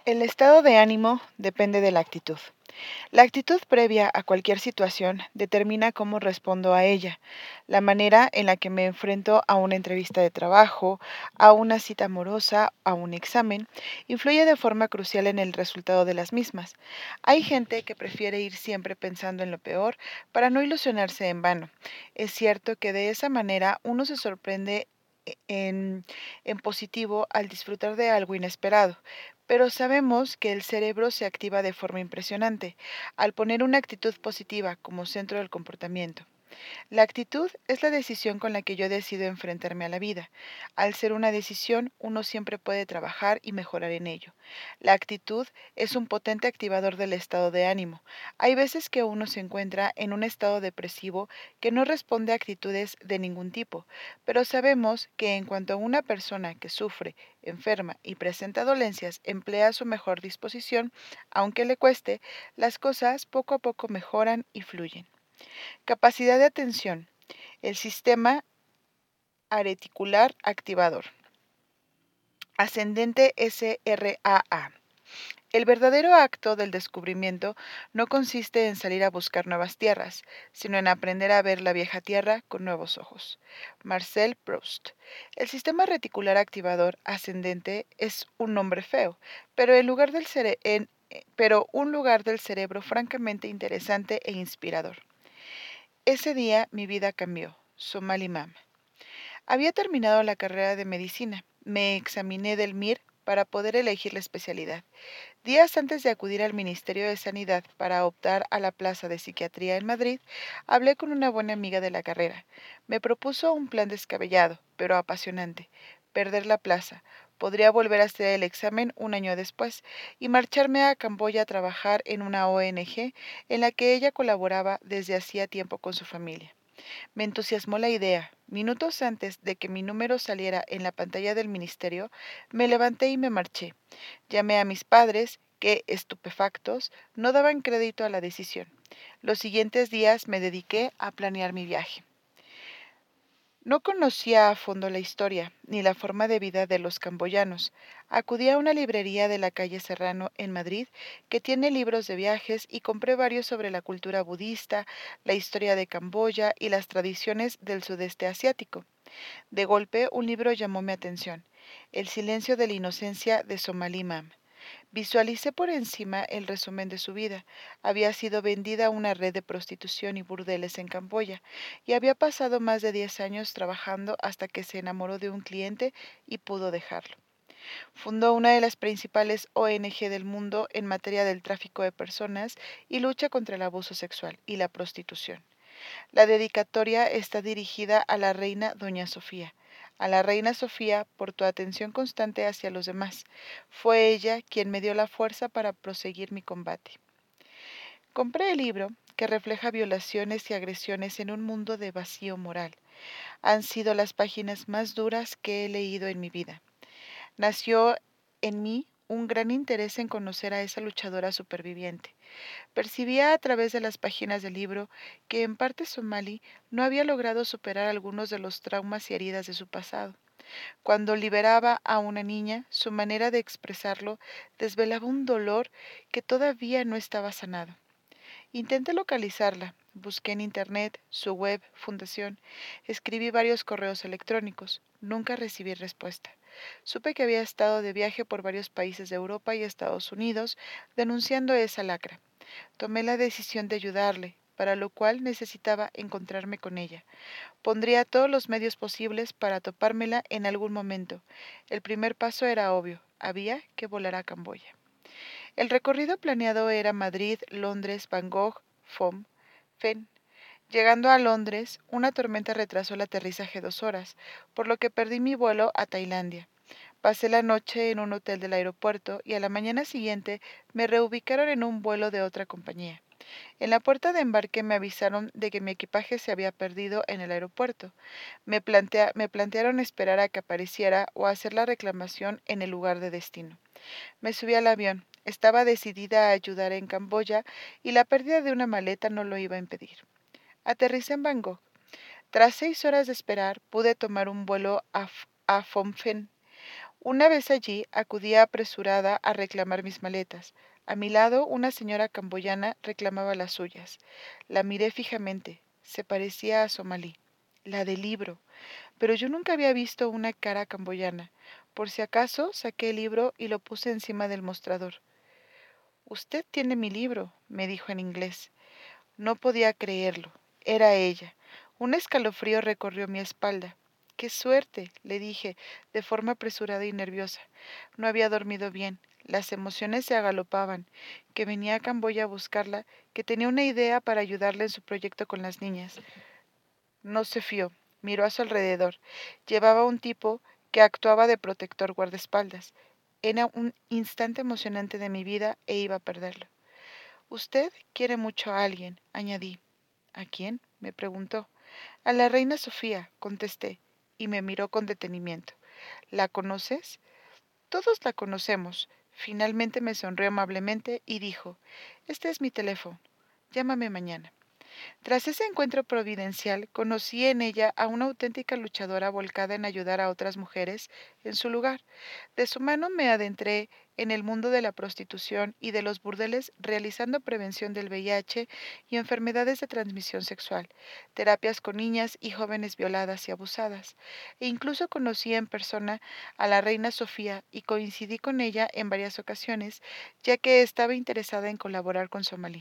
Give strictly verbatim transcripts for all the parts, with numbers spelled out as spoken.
El estado de ánimo depende de la actitud. La actitud previa a cualquier situación determina cómo respondo a ella. La manera en la que me enfrento a una entrevista de trabajo, a una cita amorosa, a un examen, influye de forma crucial en el resultado de las mismas. Hay gente que prefiere ir siempre pensando en lo peor para no ilusionarse en vano. Es cierto que de esa manera uno se sorprende e- en, en positivo al disfrutar de algo inesperado, pero sabemos que el cerebro se activa de forma impresionante al poner una actitud positiva como centro del comportamiento. La actitud es la decisión con la que yo decido enfrentarme a la vida. Al ser una decisión, uno siempre puede trabajar y mejorar en ello. La actitud es un potente activador del estado de ánimo. Hay veces que uno se encuentra en un estado depresivo que no responde a actitudes de ningún tipo, pero sabemos que en cuanto una persona que sufre, enferma y presenta dolencias emplea su mejor disposición, aunque le cueste, las cosas poco a poco mejoran y fluyen. Capacidad de atención. El sistema areticular activador. Ascendente S R A A. El verdadero acto del descubrimiento no consiste en salir a buscar nuevas tierras, sino en aprender a ver la vieja tierra con nuevos ojos. Marcel Proust. El sistema reticular activador ascendente es un nombre feo, pero, en lugar del cere- en- eh, pero un lugar del cerebro francamente interesante e inspirador. Ese día mi vida cambió. Somali Mam. Había terminado la carrera de medicina. Me examiné del M I R para poder elegir la especialidad. Días antes de acudir al Ministerio de Sanidad para optar a la plaza de psiquiatría en Madrid, hablé con una buena amiga de la carrera. Me propuso un plan descabellado, pero apasionante. Perder la plaza. Podría volver a hacer el examen un año después y marcharme a Camboya a trabajar en una O N G en la que ella colaboraba desde hacía tiempo con su familia. Me entusiasmó la idea. Minutos antes de que mi número saliera en la pantalla del ministerio, me levanté y me marché. Llamé a mis padres, que, estupefactos, no daban crédito a la decisión. Los siguientes días me dediqué a planear mi viaje. No conocía a fondo la historia ni la forma de vida de los camboyanos. Acudí a una librería de la calle Serrano en Madrid que tiene libros de viajes y compré varios sobre la cultura budista, la historia de Camboya y las tradiciones del sudeste asiático. De golpe, un libro llamó mi atención: El silencio de la inocencia de Somalí Mam. Visualicé por encima el resumen de su vida. Había sido vendida a una red de prostitución y burdeles en Camboya y había pasado más de diez años trabajando hasta que se enamoró de un cliente y pudo dejarlo. Fundó una de las principales O N G del mundo en materia del tráfico de personas y lucha contra el abuso sexual y la prostitución. La dedicatoria está dirigida a la reina Doña Sofía. A la reina Sofía por tu atención constante hacia los demás. Fue ella quien me dio la fuerza para proseguir mi combate. Compré el libro, que refleja violaciones y agresiones en un mundo de vacío moral. Han sido las páginas más duras que he leído en mi vida. Nació en mí un gran interés en conocer a esa luchadora superviviente. Percibía a través de las páginas del libro que en parte Somali no había logrado superar algunos de los traumas y heridas de su pasado. Cuando liberaba a una niña, su manera de expresarlo desvelaba un dolor que todavía no estaba sanado. Intenté localizarla, busqué en internet, su web, fundación, escribí varios correos electrónicos, nunca recibí respuesta. Supe que había estado de viaje por varios países de Europa y Estados Unidos denunciando esa lacra. Tomé la decisión de ayudarle, para lo cual necesitaba encontrarme con ella. Pondría todos los medios posibles para topármela en algún momento. El primer paso era obvio: había que volar a Camboya. El recorrido planeado era Madrid, Londres, Bangkok, Phnom Penh. Llegando a Londres, una tormenta retrasó el aterrizaje dos horas, por lo que perdí mi vuelo a Tailandia. Pasé la noche en un hotel del aeropuerto y a la mañana siguiente me reubicaron en un vuelo de otra compañía. En la puerta de embarque me avisaron de que mi equipaje se había perdido en el aeropuerto. Me, plantea- me plantearon esperar a que apareciera o hacer la reclamación en el lugar de destino. Me subí al avión. Estaba decidida a ayudar en Camboya y la pérdida de una maleta no lo iba a impedir. Aterricé en Bangkok. Tras seis horas de esperar, pude tomar un vuelo a, F- a Phnom Penh. Una vez allí, acudí apresurada a reclamar mis maletas. A mi lado, una señora camboyana reclamaba las suyas. La miré fijamente. Se parecía a Somalí, la del libro, pero yo nunca había visto una cara camboyana. Por si acaso, saqué el libro y lo puse encima del mostrador. Usted tiene mi libro, me dijo en inglés. No podía creerlo. Era ella. Un escalofrío recorrió mi espalda. ¡Qué suerte!, le dije, de forma apresurada y nerviosa. No había dormido bien. Las emociones se agalopaban. Que venía a Camboya a buscarla, que tenía una idea para ayudarle en su proyecto con las niñas. No se fió. Miró a su alrededor. Llevaba un tipo que actuaba de protector guardaespaldas. Era un instante emocionante de mi vida e iba a perderlo. Usted quiere mucho a alguien, añadí. ¿A quién?, me preguntó. A la reina Sofía, contesté, y me miró con detenimiento. ¿La conoces? Todos la conocemos. Finalmente me sonrió amablemente y dijo, este es mi teléfono. Llámame mañana. Tras ese encuentro providencial, conocí en ella a una auténtica luchadora volcada en ayudar a otras mujeres en su lugar. De su mano me adentré en el mundo de la prostitución y de los burdeles realizando prevención del V I H y enfermedades de transmisión sexual, terapias con niñas y jóvenes violadas y abusadas. E incluso conocí en persona a la reina Sofía y coincidí con ella en varias ocasiones, ya que estaba interesada en colaborar con Somalí.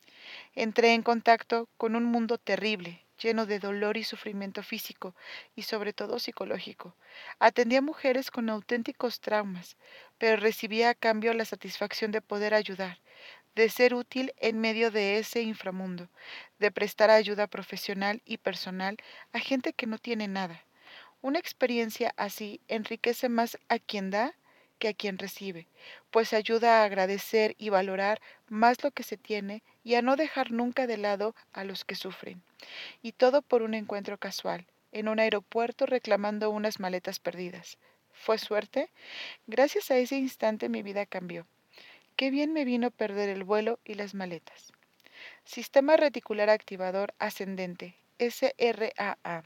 Entré en contacto con un mundo terrible, lleno de dolor y sufrimiento físico y sobre todo psicológico. Atendía a mujeres con auténticos traumas, pero recibía a cambio la satisfacción de poder ayudar, de ser útil en medio de ese inframundo, de prestar ayuda profesional y personal a gente que no tiene nada. Una experiencia así enriquece más a quien da que a quien recibe, pues ayuda a agradecer y valorar más lo que se tiene y a no dejar nunca de lado a los que sufren. Y todo por un encuentro casual, en un aeropuerto reclamando unas maletas perdidas. ¿Fue suerte? Gracias a ese instante mi vida cambió. Qué bien me vino perder el vuelo y las maletas. Sistema reticular activador ascendente, S R A A.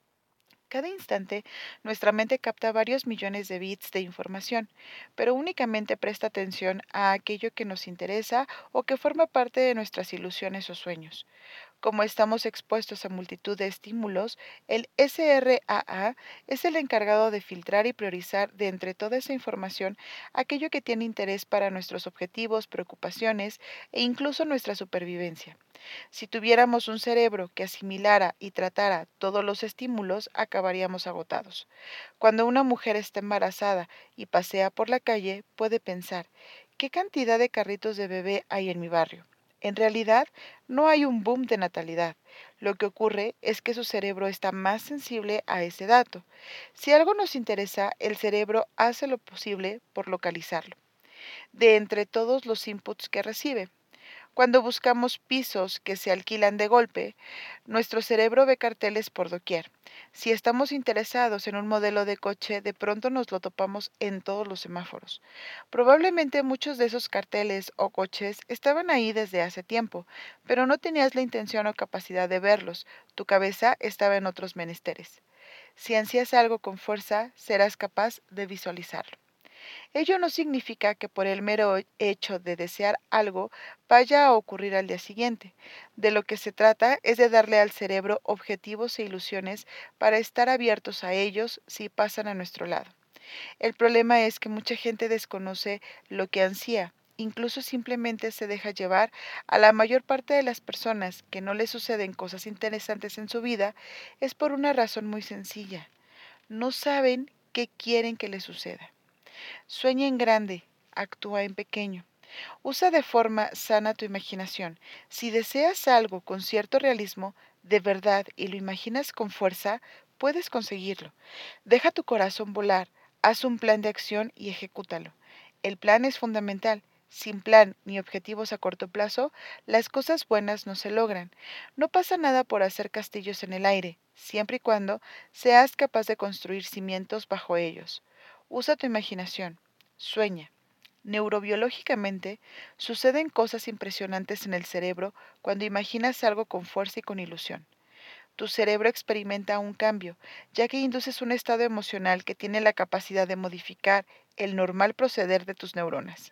Cada instante, nuestra mente capta varios millones de bits de información, pero únicamente presta atención a aquello que nos interesa o que forma parte de nuestras ilusiones o sueños. Como estamos expuestos a multitud de estímulos, el S R A A es el encargado de filtrar y priorizar de entre toda esa información aquello que tiene interés para nuestros objetivos, preocupaciones e incluso nuestra supervivencia. Si tuviéramos un cerebro que asimilara y tratara todos los estímulos, acabaríamos agotados. Cuando una mujer está embarazada y pasea por la calle, puede pensar, ¿qué cantidad de carritos de bebé hay en mi barrio? En realidad, no hay un boom de natalidad. Lo que ocurre es que su cerebro está más sensible a ese dato. Si algo nos interesa, el cerebro hace lo posible por localizarlo, de entre todos los inputs que recibe. Cuando buscamos pisos que se alquilan de golpe, nuestro cerebro ve carteles por doquier. Si estamos interesados en un modelo de coche, de pronto nos lo topamos en todos los semáforos. Probablemente muchos de esos carteles o coches estaban ahí desde hace tiempo, pero no tenías la intención o capacidad de verlos. Tu cabeza estaba en otros menesteres. Si ansías algo con fuerza, serás capaz de visualizarlo. Ello no significa que por el mero hecho de desear algo vaya a ocurrir al día siguiente. De lo que se trata es de darle al cerebro objetivos e ilusiones para estar abiertos a ellos si pasan a nuestro lado. El problema es que mucha gente desconoce lo que ansía. Incluso simplemente se deja llevar. A la mayor parte de las personas que no les suceden cosas interesantes en su vida es por una razón muy sencilla. No saben qué quieren que les suceda. Sueña en grande, actúa en pequeño. Usa de forma sana tu imaginación. Si deseas algo con cierto realismo, de verdad, y lo imaginas con fuerza, puedes conseguirlo. Deja tu corazón volar, haz un plan de acción y ejecútalo. El plan es fundamental. Sin plan ni objetivos a corto plazo, las cosas buenas no se logran. No pasa nada por hacer castillos en el aire, siempre y cuando seas capaz de construir cimientos bajo ellos. Usa tu imaginación. Sueña. Neurobiológicamente, suceden cosas impresionantes en el cerebro cuando imaginas algo con fuerza y con ilusión. tu cerebro experimenta un cambio, ya que induces un estado emocional que tiene la capacidad de modificar el normal proceder de tus neuronas.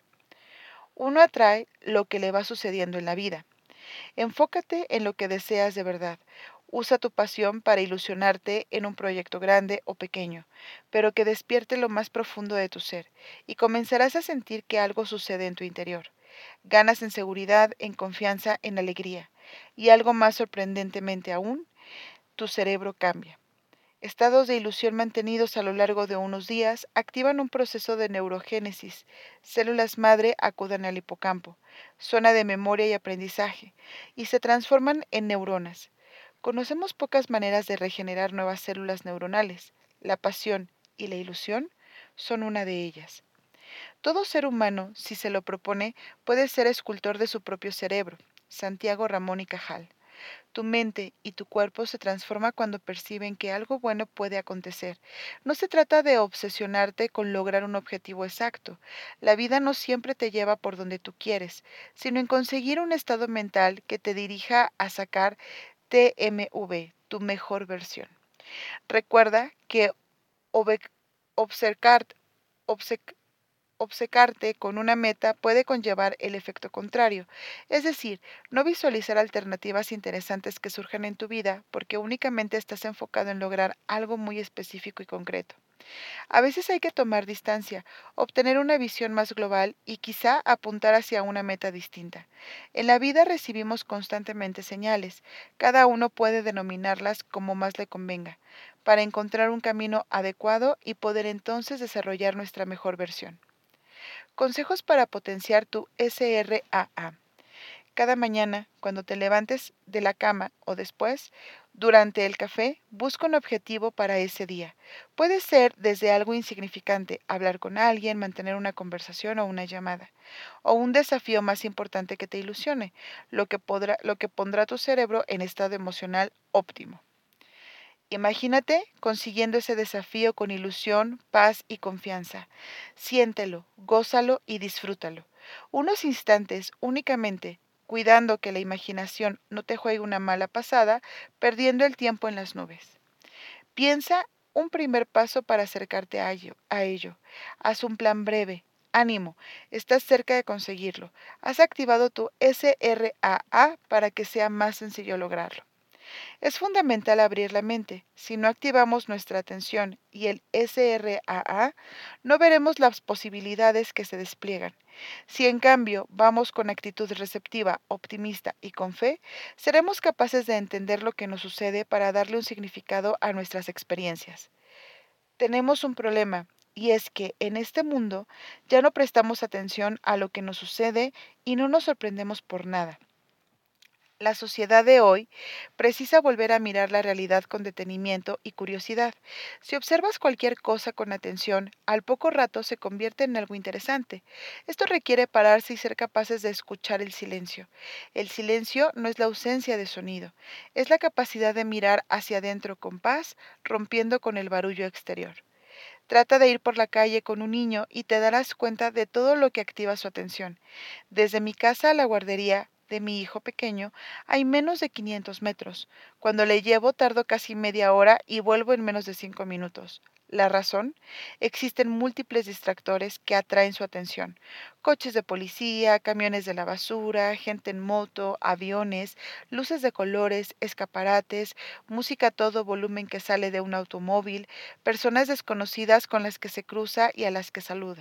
Uno atrae lo que le va sucediendo en la vida. Enfócate en lo que deseas de verdad. Usa tu pasión para ilusionarte en un proyecto grande o pequeño, pero que despierte lo más profundo de tu ser, y comenzarás a sentir que algo sucede en tu interior. Ganas en seguridad, en confianza, en alegría. Y algo más sorprendentemente aún, tu cerebro cambia. Estados de ilusión mantenidos a lo largo de unos días activan un proceso de neurogénesis. Células madre acuden al hipocampo, zona de memoria y aprendizaje, y se transforman en neuronas. Conocemos pocas maneras de regenerar nuevas células neuronales. La pasión y la ilusión son una de ellas. Todo ser humano, si se lo propone, puede ser escultor de su propio cerebro. Santiago Ramón y Cajal. Tu mente y tu cuerpo se transforma cuando perciben que algo bueno puede acontecer. No se trata de obsesionarte con lograr un objetivo exacto. La vida no siempre te lleva por donde tú quieres, sino en conseguir un estado mental que te dirija a sacar T M V, tu mejor versión. Recuerda que obe- obcecar- obcec- obcecarte con una meta puede conllevar el efecto contrario, es decir, no visualizar alternativas interesantes que surjan en tu vida porque únicamente estás enfocado en lograr algo muy específico y concreto. A veces hay que tomar distancia, obtener una visión más global y quizá apuntar hacia una meta distinta. En la vida recibimos constantemente señales, cada uno puede denominarlas como más le convenga, para encontrar un camino adecuado y poder entonces desarrollar nuestra mejor versión. Consejos para potenciar tu S R A A. Cada mañana, cuando te levantes de la cama o después, durante el café, busca un objetivo para ese día. Puede ser desde algo insignificante, hablar con alguien, mantener una conversación o una llamada, o un desafío más importante que te ilusione, lo que, podrá, lo que pondrá tu cerebro en estado emocional óptimo. Imagínate consiguiendo ese desafío con ilusión, paz y confianza. Siéntelo, gózalo y disfrútalo. Unos instantes únicamente, cuidando que la imaginación no te juegue una mala pasada, perdiendo el tiempo en las nubes. Piensa un primer paso para acercarte a ello. A ello. Haz un plan breve. Ánimo, estás cerca de conseguirlo. Has activado tu S R A A para que sea más sencillo lograrlo. Es fundamental abrir la mente. Si no activamos nuestra atención y el S R A A, no veremos las posibilidades que se despliegan. Si en cambio vamos con actitud receptiva, optimista y con fe, seremos capaces de entender lo que nos sucede para darle un significado a nuestras experiencias. Tenemos un problema, y es que en este mundo ya no prestamos atención a lo que nos sucede y no nos sorprendemos por nada. La sociedad de hoy precisa volver a mirar la realidad con detenimiento y curiosidad. Si observas cualquier cosa con atención, al poco rato se convierte en algo interesante. Esto requiere pararse y ser capaces de escuchar el silencio. El silencio no es la ausencia de sonido, es la capacidad de mirar hacia adentro con paz, rompiendo con el barullo exterior. Trata de ir por la calle con un niño y te darás cuenta de todo lo que activa su atención. Desde mi casa a la guardería de mi hijo pequeño hay menos de quinientos metros. Cuando le llevo tardo casi media hora y vuelvo en menos de cinco minutos. ¿La razón? Existen múltiples distractores que atraen su atención. Coches de policía, camiones de la basura, gente en moto, aviones, luces de colores, escaparates, música a todo volumen que sale de un automóvil, personas desconocidas con las que se cruza y a las que saluda.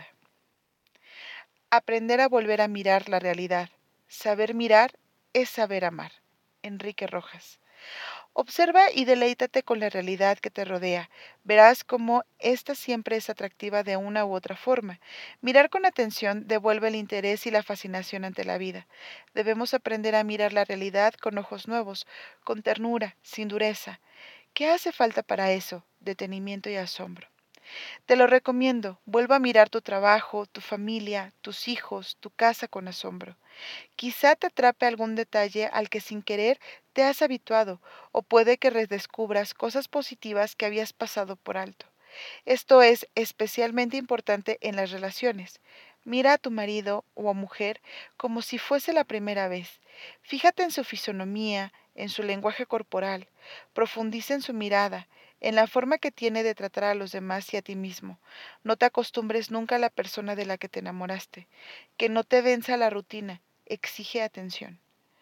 Aprender a volver a mirar la realidad. Saber mirar es saber amar. Enrique Rojas. Observa y deleítate con la realidad que te rodea. Verás cómo ésta siempre es atractiva de una u otra forma. Mirar con atención devuelve el interés y la fascinación ante la vida. Debemos aprender a mirar la realidad con ojos nuevos, con ternura, sin dureza. ¿Qué hace falta para eso? Detenimiento y asombro. Te lo recomiendo. Vuelva a mirar tu trabajo, tu familia, tus hijos, tu casa con asombro. Quizá te atrape algún detalle al que sin querer te has habituado, o puede que redescubras cosas positivas que habías pasado por alto. Esto es especialmente importante en las relaciones. Mira a tu marido o a mujer como si fuese la primera vez. Fíjate en su fisonomía, en su lenguaje corporal. Profundiza en su mirada, en la forma que tiene de tratar a los demás y a ti mismo. No te acostumbres nunca a la persona de la que te enamoraste. Que no te venza la rutina. Exige atención.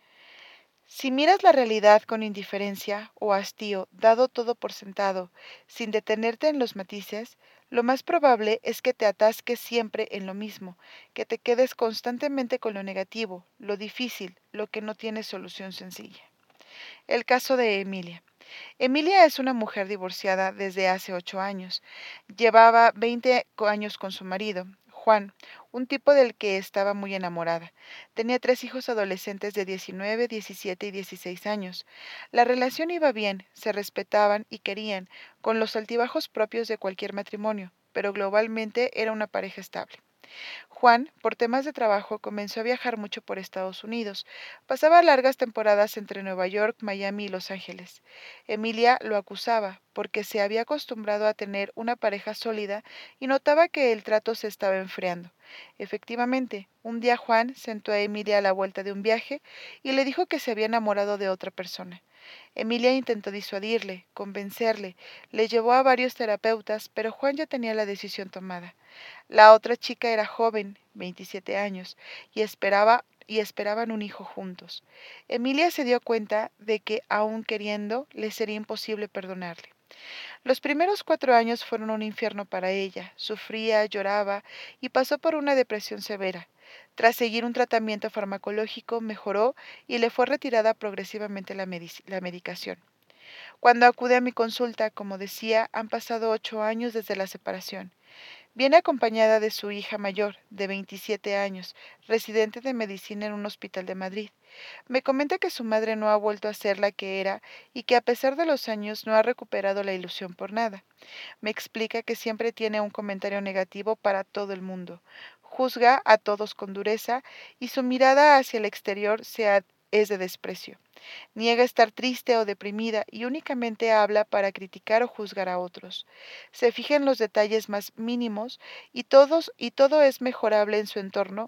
Si miras la realidad con indiferencia o hastío, dado todo por sentado, sin detenerte en los matices, lo más probable es que te atasques siempre en lo mismo, que te quedes constantemente con lo negativo, lo difícil, lo que no tiene solución sencilla. El caso de Emilia. Emilia es una mujer divorciada desde hace ocho años. Llevaba veinte años con su marido, Juan, un tipo del que estaba muy enamorada. Tenía tres hijos adolescentes de diecinueve, diecisiete y dieciséis años. La relación iba bien, se respetaban y querían, con los altibajos propios de cualquier matrimonio, pero globalmente era una pareja estable. Juan, por temas de trabajo, comenzó a viajar mucho por Estados Unidos. Pasaba largas temporadas entre Nueva York, Miami y Los Ángeles. Emilia lo acusaba, porque se había acostumbrado a tener una pareja sólida y notaba que el trato se estaba enfriando. Efectivamente, un día Juan sentó a Emilia a la vuelta de un viaje y le dijo que se había enamorado de otra persona. Emilia intentó disuadirle, convencerle, le llevó a varios terapeutas, pero Juan ya tenía la decisión tomada. La otra chica era joven, veintisiete años, y esperaba y esperaban un hijo juntos. Emilia se dio cuenta de que, aun queriendo, le sería imposible perdonarle. Los primeros cuatro años fueron un infierno para ella. Sufría, lloraba y pasó por una depresión severa. Tras seguir un tratamiento farmacológico, mejoró y le fue retirada progresivamente la, medic- la medicación. Cuando acude a mi consulta, como decía, han pasado ocho años desde la separación. Viene acompañada de su hija mayor, de veintisiete años, residente de medicina en un hospital de Madrid. Me comenta que su madre no ha vuelto a ser la que era y que a pesar de los años no ha recuperado la ilusión por nada. Me explica que siempre tiene un comentario negativo para todo el mundo. Juzga a todos con dureza y su mirada hacia el exterior se ha- es de desprecio. Niega estar triste o deprimida y únicamente habla para criticar o juzgar a otros. Se fija en los detalles más mínimos y todos y todo es mejorable en su entorno.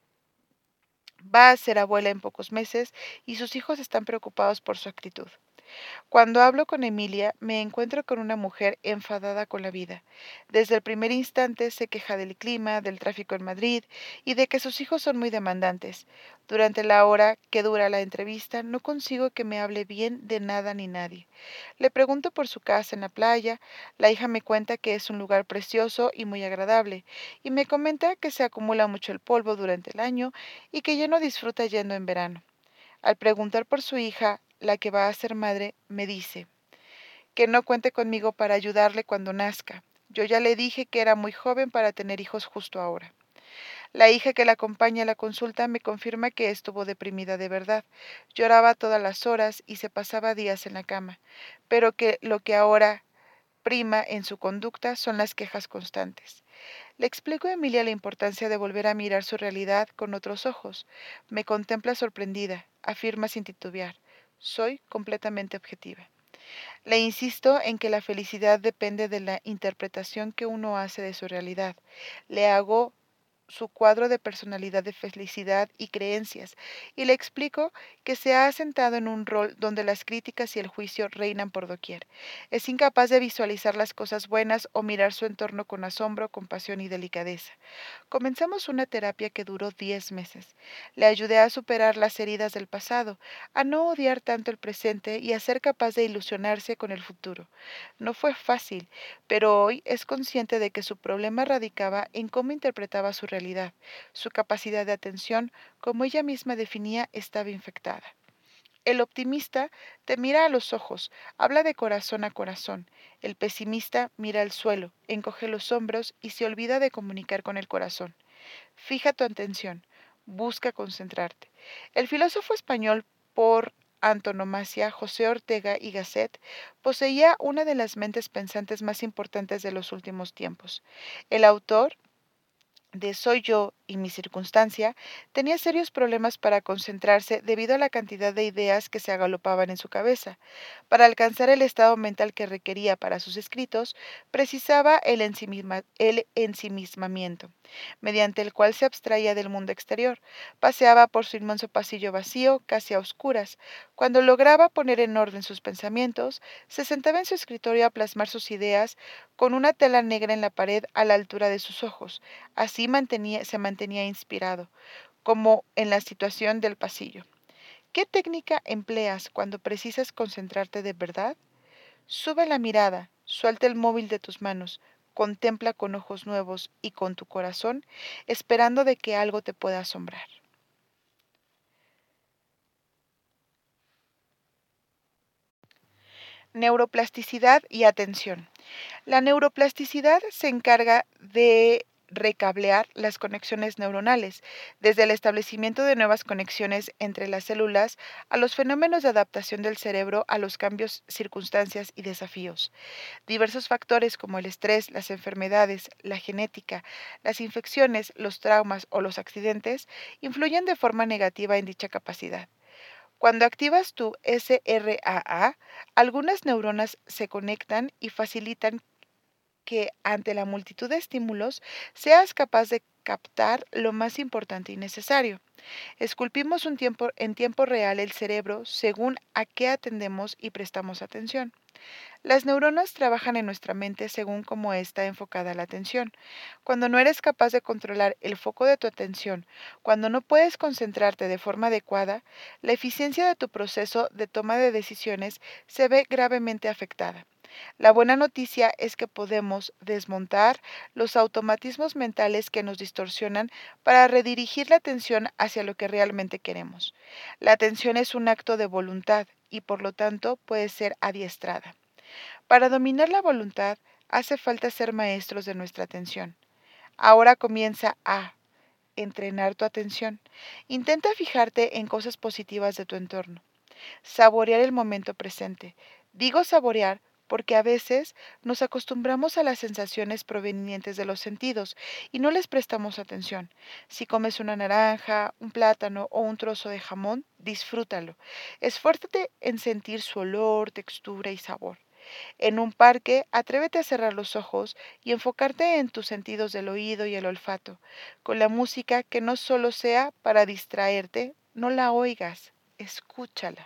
Va a ser abuela en pocos meses y sus hijos están preocupados por su actitud. Cuando hablo con Emilia, me encuentro con una mujer enfadada con la vida. Desde el primer instante se queja del clima, del tráfico en Madrid y de que sus hijos son muy demandantes. Durante la hora que dura la entrevista, no consigo que me hable bien de nada ni nadie. Le pregunto por su casa en la playa, la hija me cuenta que es un lugar precioso y muy agradable, y me comenta que se acumula mucho el polvo durante el año y que ya no disfruta yendo en verano. Al preguntar por su hija, la que va a ser madre, me dice que no cuente conmigo para ayudarle cuando nazca. Yo ya le dije que era muy joven para tener hijos justo ahora. La hija que la acompaña a la consulta me confirma que estuvo deprimida de verdad. Lloraba todas las horas y se pasaba días en la cama, pero que lo que ahora prima en su conducta son las quejas constantes. Le explico a Emilia la importancia de volver a mirar su realidad con otros ojos. Me contempla sorprendida, afirma sin titubear. Soy completamente objetiva. Le insisto en que la felicidad depende de la interpretación que uno hace de su realidad. Le hago su cuadro de personalidad de felicidad y creencias, y le explico que se ha asentado en un rol donde las críticas y el juicio reinan por doquier. Es incapaz de visualizar las cosas buenas o mirar su entorno con asombro, compasión y delicadeza. Comenzamos una terapia que duró diez meses. Le ayudé a superar las heridas del pasado, a no odiar tanto el presente y a ser capaz de ilusionarse con el futuro. No fue fácil, pero hoy es consciente de que su problema radicaba en cómo interpretaba su realidad. Su capacidad de atención, como ella misma definía, estaba infectada. El optimista te mira a los ojos, habla de corazón a corazón. El pesimista mira al suelo, encoge los hombros y se olvida de comunicar con el corazón. Fija tu atención, busca concentrarte. El filósofo español por antonomasia, José Ortega y Gasset, poseía una de las mentes pensantes más importantes de los últimos tiempos. El autor de Soy yo y mi circunstancia, tenía serios problemas para concentrarse debido a la cantidad de ideas que se agalopaban en su cabeza. Para alcanzar el estado mental que requería para sus escritos, precisaba el, ensimisma- el ensimismamiento. mediante el cual se abstraía del mundo exterior. Paseaba por su inmenso pasillo vacío, casi a oscuras. Cuando lograba poner en orden sus pensamientos, se sentaba en su escritorio a plasmar sus ideas con una tela negra en la pared a la altura de sus ojos. Así mantenía- se mantenía inspirado, como en la situación del pasillo. ¿Qué técnica empleas cuando precisas concentrarte de verdad? Sube la mirada, suelta el móvil de tus manos, contempla con ojos nuevos y con tu corazón, esperando de que algo te pueda asombrar. Neuroplasticidad y atención. La neuroplasticidad se encarga de recablear las conexiones neuronales, desde el establecimiento de nuevas conexiones entre las células a los fenómenos de adaptación del cerebro a los cambios, circunstancias y desafíos. Diversos factores como el estrés, las enfermedades, la genética, las infecciones, los traumas o los accidentes influyen de forma negativa en dicha capacidad. Cuando activas tu S R A A, algunas neuronas se conectan y facilitan que ante la multitud de estímulos seas capaz de captar lo más importante y necesario. Esculpimos un tiempo, en tiempo real el cerebro según a qué atendemos y prestamos atención. Las neuronas trabajan en nuestra mente según cómo está enfocada la atención. Cuando no eres capaz de controlar el foco de tu atención, cuando no puedes concentrarte de forma adecuada, la eficiencia de tu proceso de toma de decisiones se ve gravemente afectada. La buena noticia es que podemos desmontar los automatismos mentales que nos distorsionan para redirigir la atención hacia lo que realmente queremos. La atención es un acto de voluntad y por lo tanto puede ser adiestrada. Para dominar la voluntad hace falta ser maestros de nuestra atención. Ahora comienza a entrenar tu atención. Intenta fijarte en cosas positivas de tu entorno. Saborear el momento presente. Digo saborear porque a veces nos acostumbramos a las sensaciones provenientes de los sentidos y no les prestamos atención. Si comes una naranja, un plátano o un trozo de jamón, disfrútalo. Esfuérzate en sentir su olor, textura y sabor. En un parque, atrévete a cerrar los ojos y enfocarte en tus sentidos del oído y el olfato, con la música que no solo sea para distraerte, no la oigas, escúchala.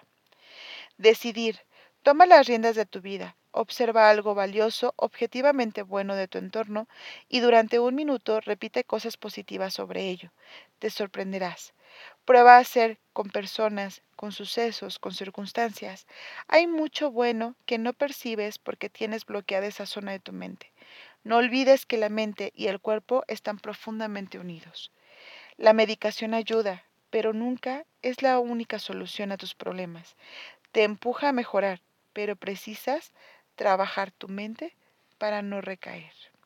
Decidir. Toma las riendas de tu vida. Observa algo valioso, objetivamente bueno de tu entorno y durante un minuto repite cosas positivas sobre ello. Te sorprenderás. Prueba a hacer con personas, con sucesos, con circunstancias. Hay mucho bueno que no percibes porque tienes bloqueada esa zona de tu mente. No olvides que la mente y el cuerpo están profundamente unidos. La medicación ayuda, pero nunca es la única solución a tus problemas. Te empuja a mejorar, pero precisas trabajar tu mente para no recaer.